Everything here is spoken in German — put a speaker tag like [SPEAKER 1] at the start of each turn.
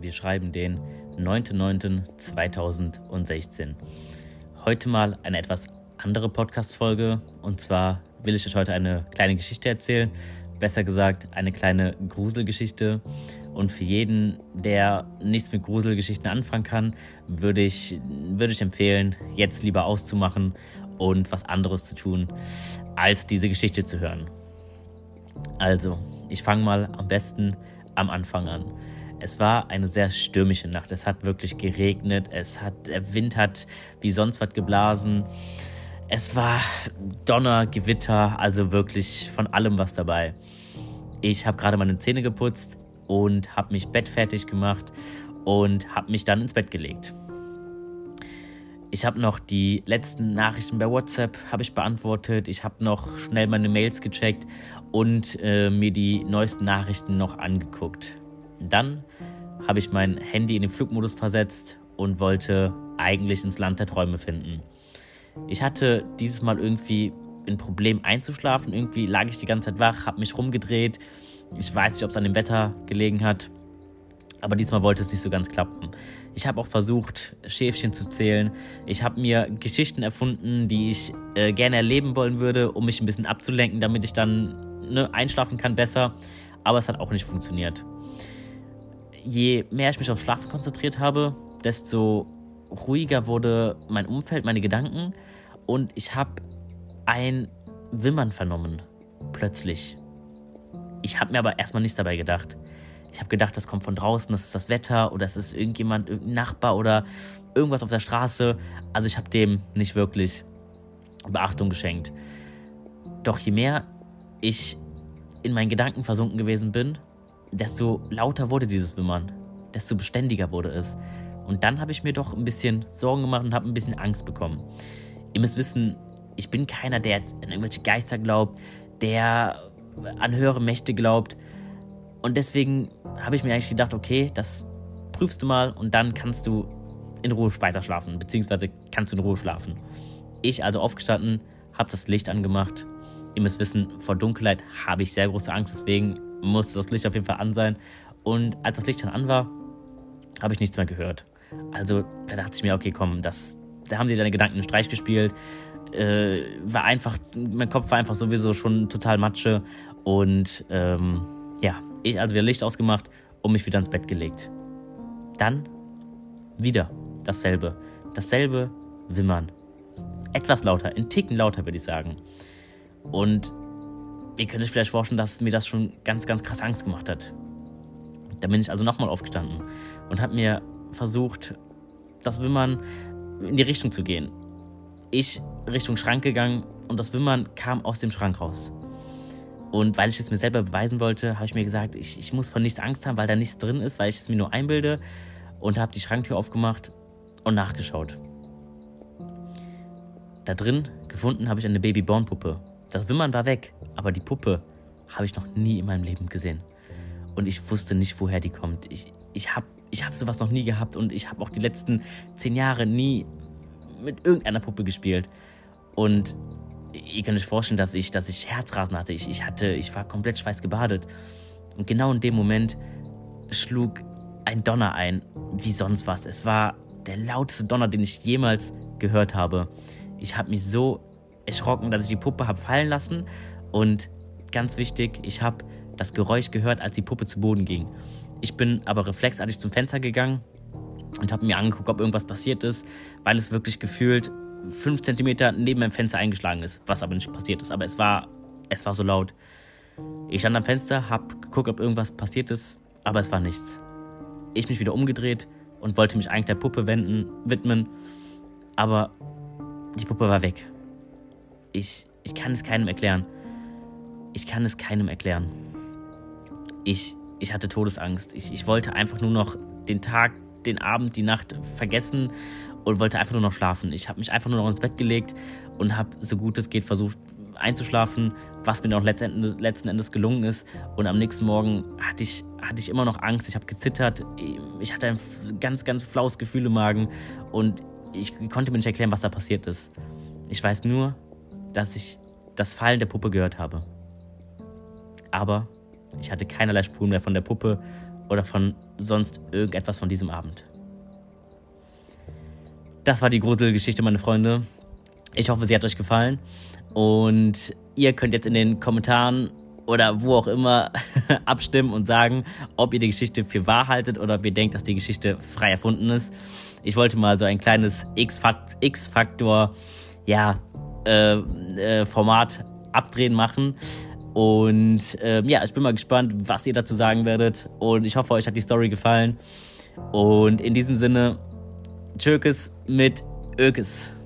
[SPEAKER 1] Wir schreiben den 9.9.2016. Heute mal eine etwas andere Podcast-Folge. Und zwar will ich euch heute eine kleine Geschichte erzählen. Besser gesagt, eine kleine Gruselgeschichte. Und für jeden, der nichts mit Gruselgeschichten anfangen kann, würde ich empfehlen, jetzt lieber auszumachen und was anderes zu tun, als diese Geschichte zu hören. Also, ich fange mal am besten am Anfang an. Es war eine sehr stürmische Nacht. Es hat wirklich geregnet. Der Wind hat wie sonst was geblasen. Es war Donner, Gewitter, also wirklich von allem was dabei. Ich habe gerade meine Zähne geputzt und habe mich bettfertig gemacht und habe mich dann ins Bett gelegt. Ich habe noch die letzten Nachrichten bei WhatsApp beantwortet. Ich habe noch schnell meine Mails gecheckt und mir die neuesten Nachrichten noch angeguckt. Dann habe ich mein Handy in den Flugmodus versetzt und wollte eigentlich ins Land der Träume finden. Ich hatte dieses Mal irgendwie ein Problem einzuschlafen. Irgendwie lag ich die ganze Zeit wach, habe mich rumgedreht. Ich weiß nicht, ob es an dem Wetter gelegen hat. Aber diesmal wollte es nicht so ganz klappen. Ich habe auch versucht, Schäfchen zu zählen. Ich habe mir Geschichten erfunden, die ich gerne erleben wollen würde, um mich ein bisschen abzulenken, damit ich dann einschlafen kann besser. Aber es hat auch nicht funktioniert. Je mehr ich mich auf Schlafen konzentriert habe, desto ruhiger wurde mein Umfeld, meine Gedanken. Und ich habe ein Wimmern vernommen. Plötzlich. Ich habe mir aber erstmal nichts dabei gedacht. Ich habe gedacht, das kommt von draußen, das ist das Wetter oder es ist irgendein Nachbar oder irgendwas auf der Straße. Also ich habe dem nicht wirklich Beachtung geschenkt. Doch je mehr ich in meinen Gedanken versunken gewesen bin, desto lauter wurde dieses Wimmern, desto beständiger wurde es. Und dann habe ich mir doch ein bisschen Sorgen gemacht und habe ein bisschen Angst bekommen. Ihr müsst wissen, ich bin keiner, der jetzt an irgendwelche Geister glaubt, der an höhere Mächte glaubt. Und deswegen habe ich mir eigentlich gedacht, okay, das prüfst du mal und dann kannst du in Ruhe weiter schlafen, beziehungsweise kannst du in Ruhe schlafen. Ich also aufgestanden, habe das Licht angemacht. Ihr müsst wissen, vor Dunkelheit habe ich sehr große Angst, deswegen musste das Licht auf jeden Fall an sein. Und als das Licht dann an war, habe ich nichts mehr gehört. Also da dachte ich mir, okay, komm, da haben sie deine Gedanken einen Streich gespielt. Mein Kopf war einfach sowieso schon total Matsche. Und ich also wieder Licht ausgemacht und mich wieder ins Bett gelegt. Dann wieder dasselbe. Dasselbe Wimmern. Etwas lauter, ein Ticken lauter, würde ich sagen. Und ihr könnt euch vielleicht vorstellen, dass mir das schon ganz, ganz krass Angst gemacht hat. Dann bin ich also nochmal aufgestanden und habe mir versucht, das Wimmern in die Richtung zu gehen. Ich Richtung Schrank gegangen und das Wimmern kam aus dem Schrank raus. Und weil ich es mir selber beweisen wollte, habe ich mir gesagt, ich muss von nichts Angst haben, weil da nichts drin ist, weil ich es mir nur einbilde, und habe die Schranktür aufgemacht und nachgeschaut. Da drin gefunden habe ich eine Baby-Born-Puppe. Das Wimmern war weg, aber die Puppe habe ich noch nie in meinem Leben gesehen. Und ich wusste nicht, woher die kommt. Ich habe sowas noch nie gehabt und ich habe auch die letzten 10 Jahre nie mit irgendeiner Puppe gespielt. Und ihr könnt euch vorstellen, dass ich Herzrasen hatte. Ich war komplett schweißgebadet. Und genau in dem Moment schlug ein Donner ein, wie sonst was. Es war der lauteste Donner, den ich jemals gehört habe. Ich habe mich so erschrocken, dass ich die Puppe habe fallen lassen. Und ganz wichtig, ich habe das Geräusch gehört, als die Puppe zu Boden ging. Ich bin aber reflexartig zum Fenster gegangen und habe mir angeguckt, ob irgendwas passiert ist, weil es wirklich gefühlt 5 Zentimeter neben meinem Fenster eingeschlagen ist, was aber nicht passiert ist. Aber es war so laut. Ich stand am Fenster, habe geguckt, ob irgendwas passiert ist, aber es war nichts. Ich mich wieder umgedreht und wollte mich eigentlich der Puppe widmen, aber die Puppe war weg. Ich kann es keinem erklären. Ich hatte Todesangst. Ich wollte einfach nur noch den Tag, den Abend, die Nacht vergessen und wollte einfach nur noch schlafen. Ich habe mich einfach nur noch ins Bett gelegt und habe so gut es geht versucht einzuschlafen, was mir auch letzten Endes gelungen ist. Und am nächsten Morgen hatte ich immer noch Angst. Ich habe gezittert. Ich hatte ein ganz, ganz flaues Gefühl im Magen und ich konnte mir nicht erklären, was da passiert ist. Ich weiß nur, dass ich das Fallen der Puppe gehört habe. Aber ich hatte keinerlei Spuren mehr von der Puppe oder von sonst irgendetwas von diesem Abend. Das war die Gruselgeschichte, meine Freunde. Ich hoffe, sie hat euch gefallen. Und ihr könnt jetzt in den Kommentaren oder wo auch immer abstimmen und sagen, ob ihr die Geschichte für wahr haltet oder ob ihr denkt, dass die Geschichte frei erfunden ist. Ich wollte mal so ein kleines X-Faktor, Format abdrehen machen. Und ich bin mal gespannt, was ihr dazu sagen werdet. Und ich hoffe, euch hat die Story gefallen. Und in diesem Sinne, Tschökes mit Ökes.